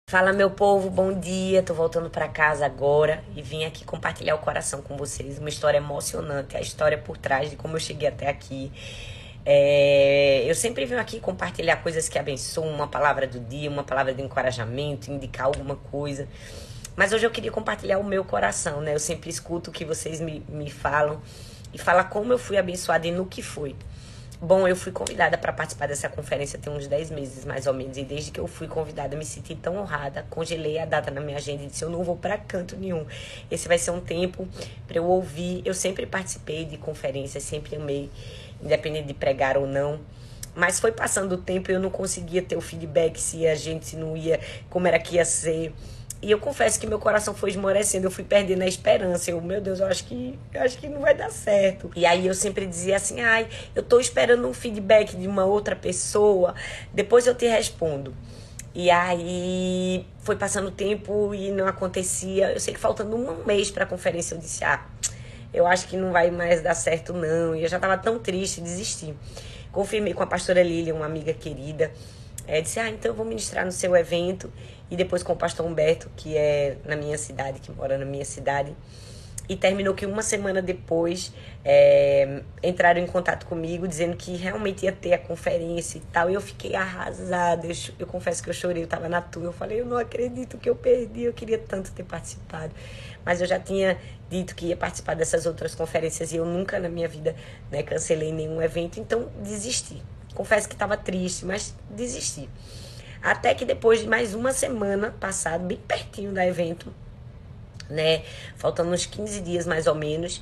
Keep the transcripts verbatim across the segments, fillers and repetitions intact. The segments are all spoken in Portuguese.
Fala, meu povo, bom dia. Tô voltando pra casa agora e vim aqui compartilhar o coração com vocês. Uma história emocionante, a história por trás de como eu cheguei até aqui. É, eu sempre venho aqui compartilhar coisas que abençoam, uma palavra do dia, uma palavra de encorajamento, indicar alguma coisa. Mas hoje eu queria compartilhar o meu coração, né? Eu sempre escuto o que vocês me, me falam e falar como eu fui abençoada e no que foi. Bom, eu fui convidada para participar dessa conferência tem uns dez meses, mais ou menos. E desde que eu fui convidada, me senti tão honrada. Congelei a data na minha agenda e disse, eu não vou para canto nenhum. Esse vai ser um tempo para eu ouvir. Eu sempre participei de conferências, sempre amei, independente de pregar ou não. Mas foi passando o tempo e eu não conseguia ter o feedback se a gente se não ia, como era que ia ser. E eu confesso que meu coração foi esmorecendo, eu fui perdendo a esperança. Eu, meu Deus, eu acho que eu acho que não vai dar certo. E aí eu sempre dizia assim, ai, eu tô esperando um feedback de uma outra pessoa, depois eu te respondo. E aí foi passando o tempo e não acontecia. Eu sei que faltando um mês pra conferência eu disse, ah, eu acho que não vai mais dar certo não. E eu já tava tão triste, desisti. Confirmei com a pastora Lilian, uma amiga querida. É, disse, ah, então eu vou ministrar no seu evento. E depois com o pastor Humberto, que é na minha cidade, que mora na minha cidade. E terminou que uma semana depois é, entraram em contato comigo, dizendo que realmente ia ter a conferência e tal. E eu fiquei arrasada. Eu, eu confesso que eu chorei, eu tava na tua. Eu falei, eu não acredito que eu perdi, eu queria tanto ter participado. Mas eu já tinha dito que ia participar dessas outras conferências e eu nunca na minha vida, né, cancelei nenhum evento, então desisti. Confesso que estava triste, mas desisti. Até que depois de mais uma semana passada, bem pertinho do evento, né, faltando uns quinze dias mais ou menos,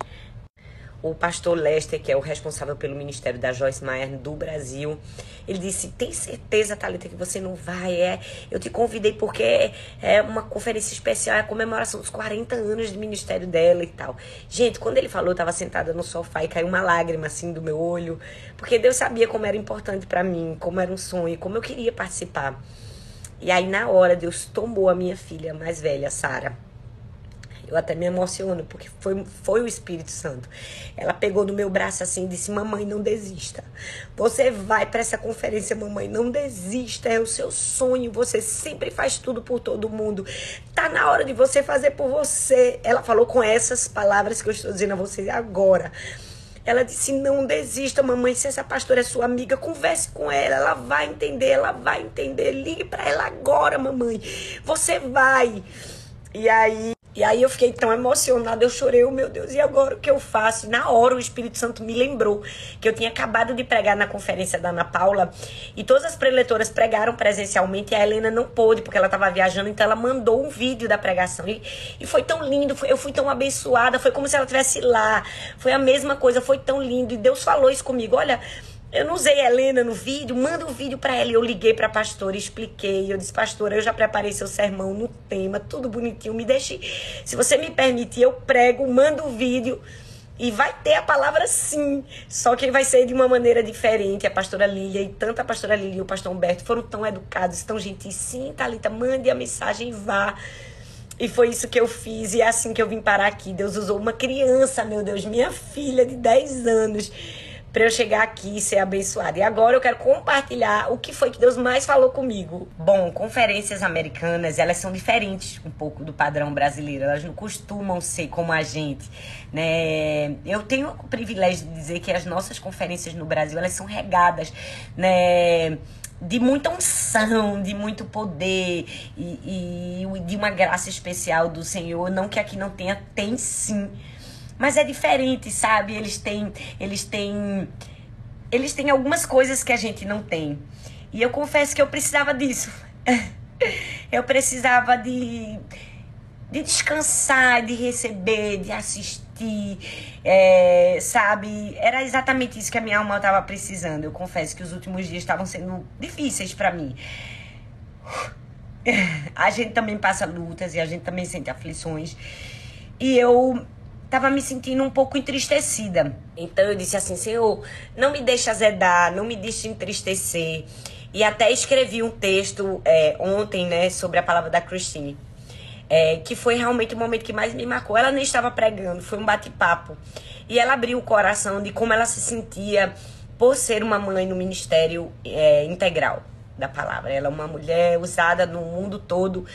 o pastor Lester, que é o responsável pelo ministério da Joyce Meyer do Brasil, ele disse, tem certeza, Thalita, que você não vai? É, eu te convidei porque é, é uma conferência especial, é a comemoração dos quarenta anos de ministério dela e tal. Gente, quando ele falou, eu estava sentada no sofá e caiu uma lágrima assim do meu olho, porque Deus sabia como era importante para mim, como era um sonho, como eu queria participar. E aí, na hora, Deus tomou a minha filha mais velha, Sara. Eu até me emociono, porque foi, foi o Espírito Santo. Ela pegou no meu braço assim e disse, mamãe, não desista. Você vai para essa conferência, mamãe, não desista. É o seu sonho, você sempre faz tudo por todo mundo. Tá na hora de você fazer por você. Ela falou com essas palavras que eu estou dizendo a vocês agora. Ela disse, não desista, mamãe, se essa pastora é sua amiga, converse com ela, ela vai entender, ela vai entender. Ligue para ela agora, mamãe. Você vai. E aí... E aí eu fiquei tão emocionada, eu chorei, oh, meu Deus, e agora o que eu faço? E na hora o Espírito Santo me lembrou que eu tinha acabado de pregar na conferência da Ana Paula e todas as preletoras pregaram presencialmente e a Helena não pôde porque ela estava viajando, então ela mandou um vídeo da pregação e, e foi tão lindo, foi, eu fui tão abençoada, foi como se ela estivesse lá, foi a mesma coisa, foi tão lindo e Deus falou isso comigo, olha... Eu não usei a Helena no vídeo, manda um vídeo pra ela. E eu liguei pra pastora, expliquei. Eu disse, pastora, eu já preparei seu sermão no tema, tudo bonitinho. Me deixe, se você me permitir, eu prego, mando o vídeo. E vai ter a palavra sim, só que vai ser de uma maneira diferente. A pastora Lília e tanto a pastora Lília e o pastor Humberto foram tão educados, tão gentis. Sim, Thalita, mande a mensagem e vá. E foi isso que eu fiz e é assim que eu vim parar aqui. Deus usou uma criança, meu Deus, minha filha de dez anos... para eu chegar aqui e ser abençoada. E agora eu quero compartilhar o que foi que Deus mais falou comigo. Bom, conferências americanas, elas são diferentes um pouco do padrão brasileiro. Elas não costumam ser como a gente, né? Eu tenho o privilégio de dizer que as nossas conferências no Brasil, elas são regadas, né? De muita unção, de muito poder e, e de uma graça especial do Senhor. Não que aqui não tenha, tem sim. Mas é diferente, sabe? Eles têm, eles têm, eles têm algumas coisas que a gente não tem. E eu confesso que eu precisava disso. Eu precisava de, de descansar, de receber, de assistir, é, sabe? Era exatamente isso que a minha alma estava precisando. Eu confesso que os últimos dias estavam sendo difíceis para mim. A gente também passa lutas e a gente também sente aflições. E eu... estava me sentindo um pouco entristecida. Então eu disse assim, Senhor, não me deixe azedar, não me deixe entristecer. E até escrevi um texto é, ontem, né, sobre a palavra da Christine. É, que foi realmente o momento que mais me marcou. Ela nem estava pregando, foi um bate-papo. E ela abriu o coração de como ela se sentia por ser uma mãe no ministério é, integral. da palavra. Ela é uma mulher usada no mundo todo.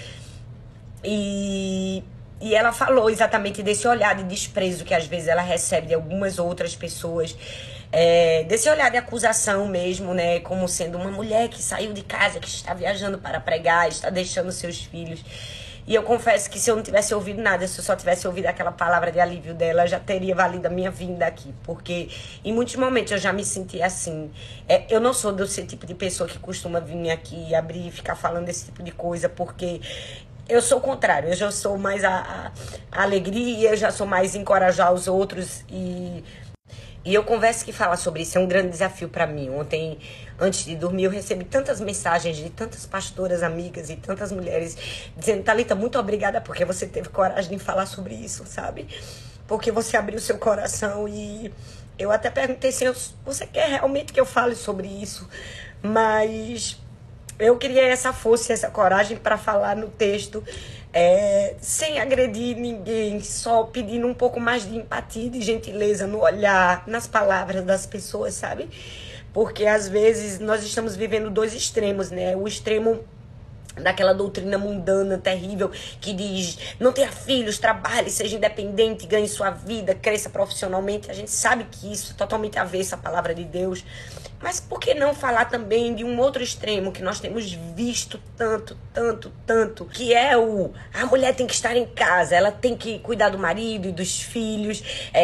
E, e ela falou exatamente desse olhar de desprezo que às vezes ela recebe de algumas outras pessoas. É, desse olhar de acusação mesmo, né? Como sendo uma mulher que saiu de casa, que está viajando para pregar, está deixando seus filhos. E eu confesso que se eu não tivesse ouvido nada, se eu só tivesse ouvido aquela palavra de alívio dela, já teria valido a minha vinda aqui. Porque em muitos momentos eu já me senti assim. É, eu não sou desse tipo de pessoa que costuma vir aqui, abrir e ficar falando desse tipo de coisa, porque eu sou o contrário. Eu já sou mais a, a, a alegria, eu já sou mais encorajar os outros. E, e eu converso que falar sobre isso é um grande desafio para mim. Ontem, antes de dormir, eu recebi tantas mensagens de tantas pastoras amigas e tantas mulheres dizendo: Thalita, muito obrigada porque você teve coragem de falar sobre isso, sabe? Porque você abriu seu coração. E eu até perguntei se assim, você quer realmente que eu fale sobre isso? Mas eu queria essa força, essa coragem para falar no texto, é, sem agredir ninguém, só pedindo um pouco mais de empatia e de gentileza no olhar, nas palavras das pessoas, sabe? Porque às vezes nós estamos vivendo dois extremos, né? O extremo daquela doutrina mundana terrível que diz: não tenha filhos, trabalhe, seja independente, ganhe sua vida, cresça profissionalmente. A gente sabe que isso é totalmente avesso à palavra de Deus. Mas por que não falar também de um outro extremo que nós temos visto tanto, tanto, tanto, que é o: a mulher tem que estar em casa, ela tem que cuidar do marido e dos filhos,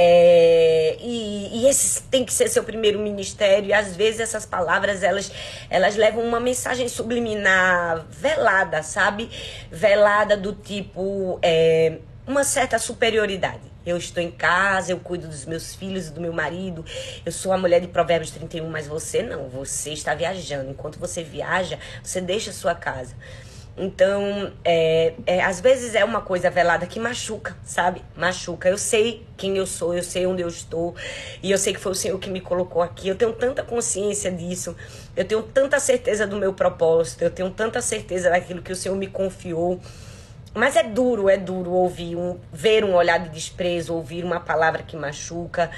é, e, e esse tem que ser seu primeiro ministério. E às vezes essas palavras, elas, elas levam uma mensagem subliminar, velada, sabe? Velada do tipo, é, uma certa superioridade. Eu estou em casa, eu cuido dos meus filhos e do meu marido. Eu sou a mulher de Provérbios trinta e um, mas você não. Você está viajando. Enquanto você viaja, você deixa a sua casa. Então, é, é, às vezes é uma coisa velada que machuca, sabe? Machuca. Eu sei quem eu sou, eu sei onde eu estou. E eu sei que foi o Senhor que me colocou aqui. Eu tenho tanta consciência disso. Eu tenho tanta certeza do meu propósito. Eu tenho tanta certeza daquilo que o Senhor me confiou. Mas é duro, é duro ouvir, um, ver um olhar de desprezo, ouvir uma palavra que machuca.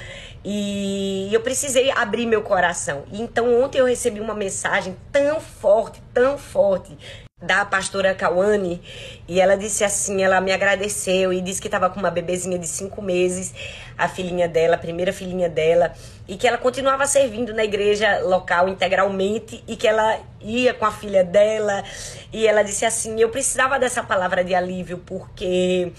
E eu precisei abrir meu coração. E então ontem eu recebi uma mensagem tão forte, tão forte, da pastora Cauane, e ela disse assim, ela me agradeceu e disse que estava com uma bebezinha de cinco meses, a filhinha dela, a primeira filhinha dela, e que ela continuava servindo na igreja local integralmente e que ela ia com a filha dela. E ela disse assim: eu precisava dessa palavra de alívio porque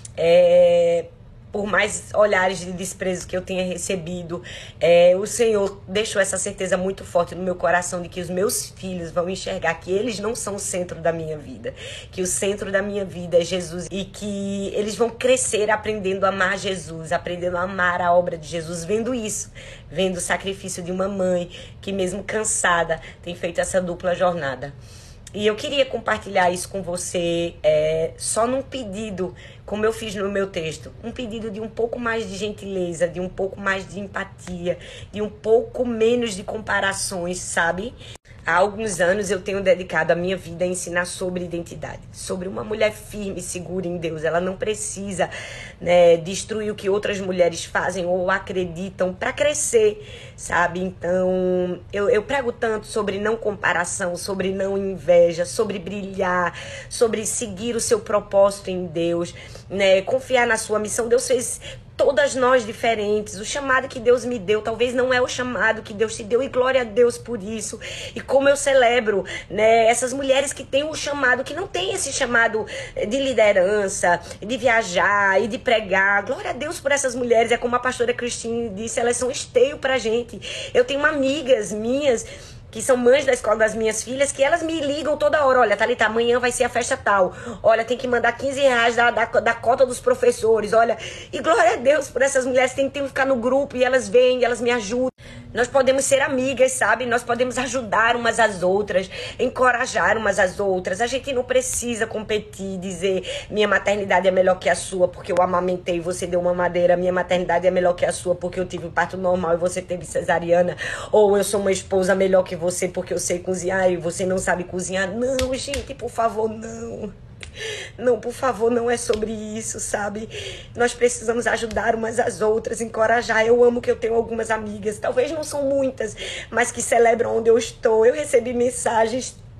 é, por mais olhares de desprezo que eu tenha recebido, é, o Senhor deixou essa certeza muito forte no meu coração de que os meus filhos vão enxergar que eles não são o centro da minha vida, que o centro da minha vida é Jesus, e que eles vão crescer aprendendo a amar Jesus, aprendendo a amar a obra de Jesus, vendo isso, vendo o sacrifício de uma mãe que mesmo cansada tem feito essa dupla jornada. E eu queria compartilhar isso com você, é, só num pedido, como eu fiz no meu texto, um pedido de um pouco mais de gentileza, de um pouco mais de empatia, de um pouco menos de comparações, sabe? Há alguns anos eu tenho dedicado a minha vida a ensinar sobre identidade, sobre uma mulher firme e segura em Deus. Ela não precisa, né, destruir o que outras mulheres fazem ou acreditam para crescer, sabe? Então, eu, eu prego tanto sobre não comparação, sobre não inveja, sobre brilhar, sobre seguir o seu propósito em Deus, né? Confiar na sua missão. Deus fez todas nós diferentes. O chamado que Deus me deu talvez não é o chamado que Deus te deu, e glória a Deus por isso. E como eu celebro, né, essas mulheres que têm um chamado, que não tem esse chamado de liderança, de viajar e de pregar. Glória a Deus por essas mulheres. É como a pastora Cristine disse, elas são esteio pra gente. Eu tenho amigas minhas que são mães da escola das minhas filhas, que elas me ligam toda hora: olha, Thalita, amanhã vai ser a festa tal, olha, tem que mandar quinze reais da, da, da cota dos professores, olha. E glória a Deus por essas mulheres, tem que ficar no grupo, e elas vêm, elas me ajudam. Nós podemos ser amigas, sabe? Nós podemos ajudar umas às outras, encorajar umas às outras. A gente não precisa competir, dizer: minha maternidade é melhor que a sua porque eu amamentei e você deu uma madeira, minha maternidade é melhor que a sua porque eu tive um parto normal e você teve cesariana, ou eu sou uma esposa melhor que você porque eu sei cozinhar e você não sabe cozinhar. Não, gente, por favor, não. Não, por favor, não é sobre isso, sabe? Nós precisamos ajudar umas às outras, encorajar. Eu amo que eu tenho algumas amigas, talvez não são muitas, mas que celebram onde eu estou. Eu recebi mensagens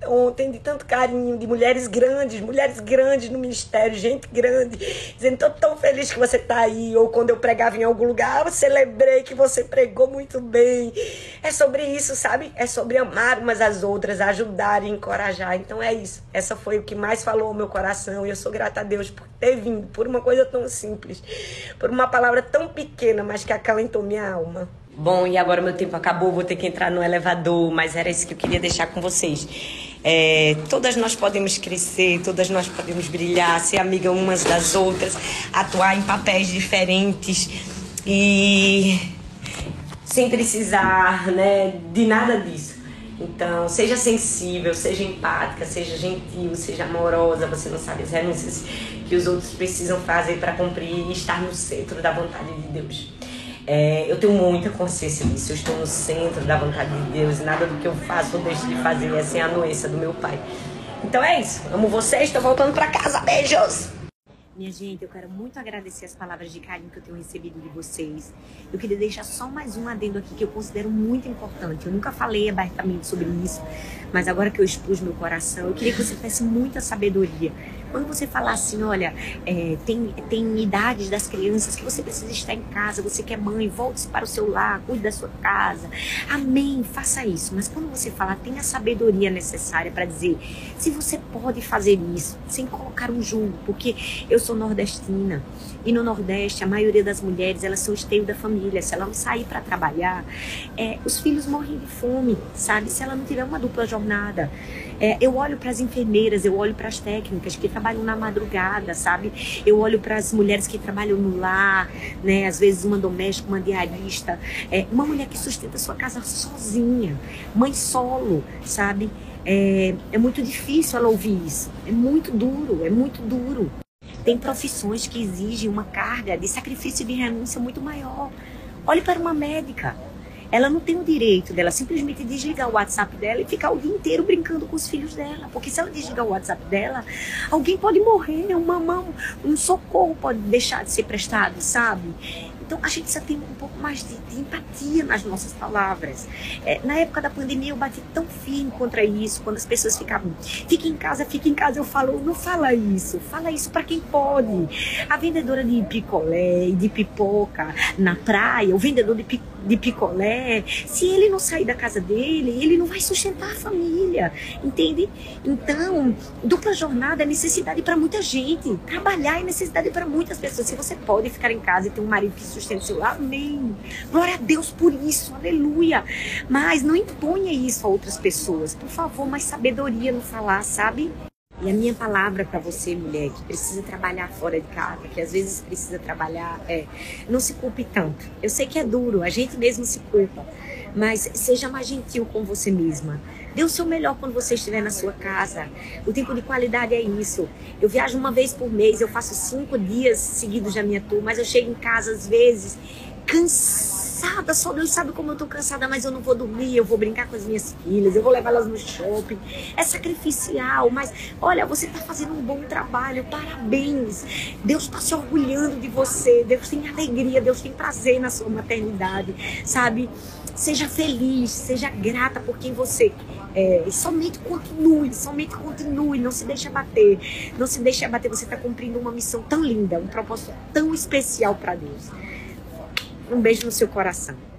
ontem, de tanto carinho, de mulheres grandes, mulheres grandes no ministério, gente grande, dizendo, tô tão feliz que você tá aí. Ou quando eu pregava em algum lugar, eu celebrei que você pregou muito bem. É sobre isso, sabe? É sobre amar umas às outras, ajudar e encorajar. Então é isso. Essa foi o que mais falou ao meu coração. E eu sou grata a Deus por ter vindo, por uma coisa tão simples, por uma palavra tão pequena, mas que acalentou minha alma. Bom, e agora meu tempo acabou, vou ter que entrar no elevador, mas era isso que eu queria deixar com vocês. É, todas nós podemos crescer, todas nós podemos brilhar, ser amiga umas das outras, atuar em papéis diferentes e sem precisar, né, de nada disso. Então, seja sensível, seja empática, seja gentil, seja amorosa. Você não sabe as renúncias que os outros precisam fazer para cumprir e estar no centro da vontade de Deus. É, eu tenho muita consciência disso. Eu estou no centro da vontade de Deus e nada do que eu faço ou deixo de fazer é sem a anuência do meu Pai. Então é isso. Amo vocês, estou voltando para casa. Beijos! Minha gente, eu quero muito agradecer as palavras de carinho que eu tenho recebido de vocês. Eu queria deixar só mais um adendo aqui que eu considero muito importante. Eu nunca falei abertamente sobre isso, mas agora que eu expus meu coração, eu queria que você tivesse muita sabedoria. Quando você falar assim, olha, é, tem, tem idades das crianças que você precisa estar em casa, você que é mãe, volte-se para o seu lar, cuide da sua casa. Amém, faça isso. Mas quando você falar, tenha a sabedoria necessária para dizer se você pode fazer isso, sem colocar um julgo, porque eu sou nordestina e no Nordeste a maioria das mulheres, elas são esteio da família. Se ela não sair para trabalhar, é, os filhos morrem de fome, sabe? Se ela não tiver uma dupla jornada. É, eu olho para as enfermeiras, eu olho para as técnicas que trabalham na madrugada, sabe? Eu olho para as mulheres que trabalham no lar, né? Às vezes uma doméstica, uma diarista, é, uma mulher que sustenta a sua casa sozinha, mãe solo, sabe? É, é muito difícil ela ouvir isso, é muito duro, é muito duro. Tem profissões que exigem uma carga de sacrifício e de renúncia muito maior. Olhe para uma médica. Ela não tem o direito dela simplesmente desligar o WhatsApp dela e ficar o dia inteiro brincando com os filhos dela. Porque se ela desligar o WhatsApp dela, alguém pode morrer, uma mão, um socorro pode deixar de ser prestado, sabe? Então a gente precisa ter um pouco mais de, de empatia nas nossas palavras. É, na época da pandemia eu bati tão firme contra isso, quando as pessoas ficavam, fica em casa, fica em casa, eu falo, não fala isso, fala isso para quem pode. A vendedora de picolé e de pipoca na praia, o vendedor de, pi, de picolé, se ele não sair da casa dele, ele não vai sustentar a família, entende? Então, dupla jornada é necessidade para muita gente, trabalhar é necessidade para muitas pessoas. Se você pode ficar em casa e ter um marido que sustente seu lar, amém. Glória a Deus por isso, aleluia. Mas não imponha isso a outras pessoas. Por favor, mais sabedoria no falar, sabe? E a minha palavra para você, mulher, que precisa trabalhar fora de casa, que às vezes precisa trabalhar, é, não se culpe tanto. Eu sei que é duro, a gente mesmo se culpa, mas seja mais gentil com você mesma. Dê o seu melhor quando você estiver na sua casa. O tempo de qualidade é isso. Eu viajo uma vez por mês, eu faço cinco dias seguidos da minha tour, mas eu chego em casa às vezes cansada, só Deus sabe como eu tô cansada, mas eu não vou dormir, eu vou brincar com as minhas filhas, eu vou levar elas no shopping. É sacrificial, mas olha, você tá fazendo um bom trabalho, parabéns. Deus tá se orgulhando de você, Deus tem alegria, Deus tem prazer na sua maternidade, sabe? Seja feliz, seja grata por quem você é, e somente continue, somente continue, não se deixe abater, não se deixe abater, você está cumprindo uma missão tão linda, um propósito tão especial para Deus. Um beijo no seu coração.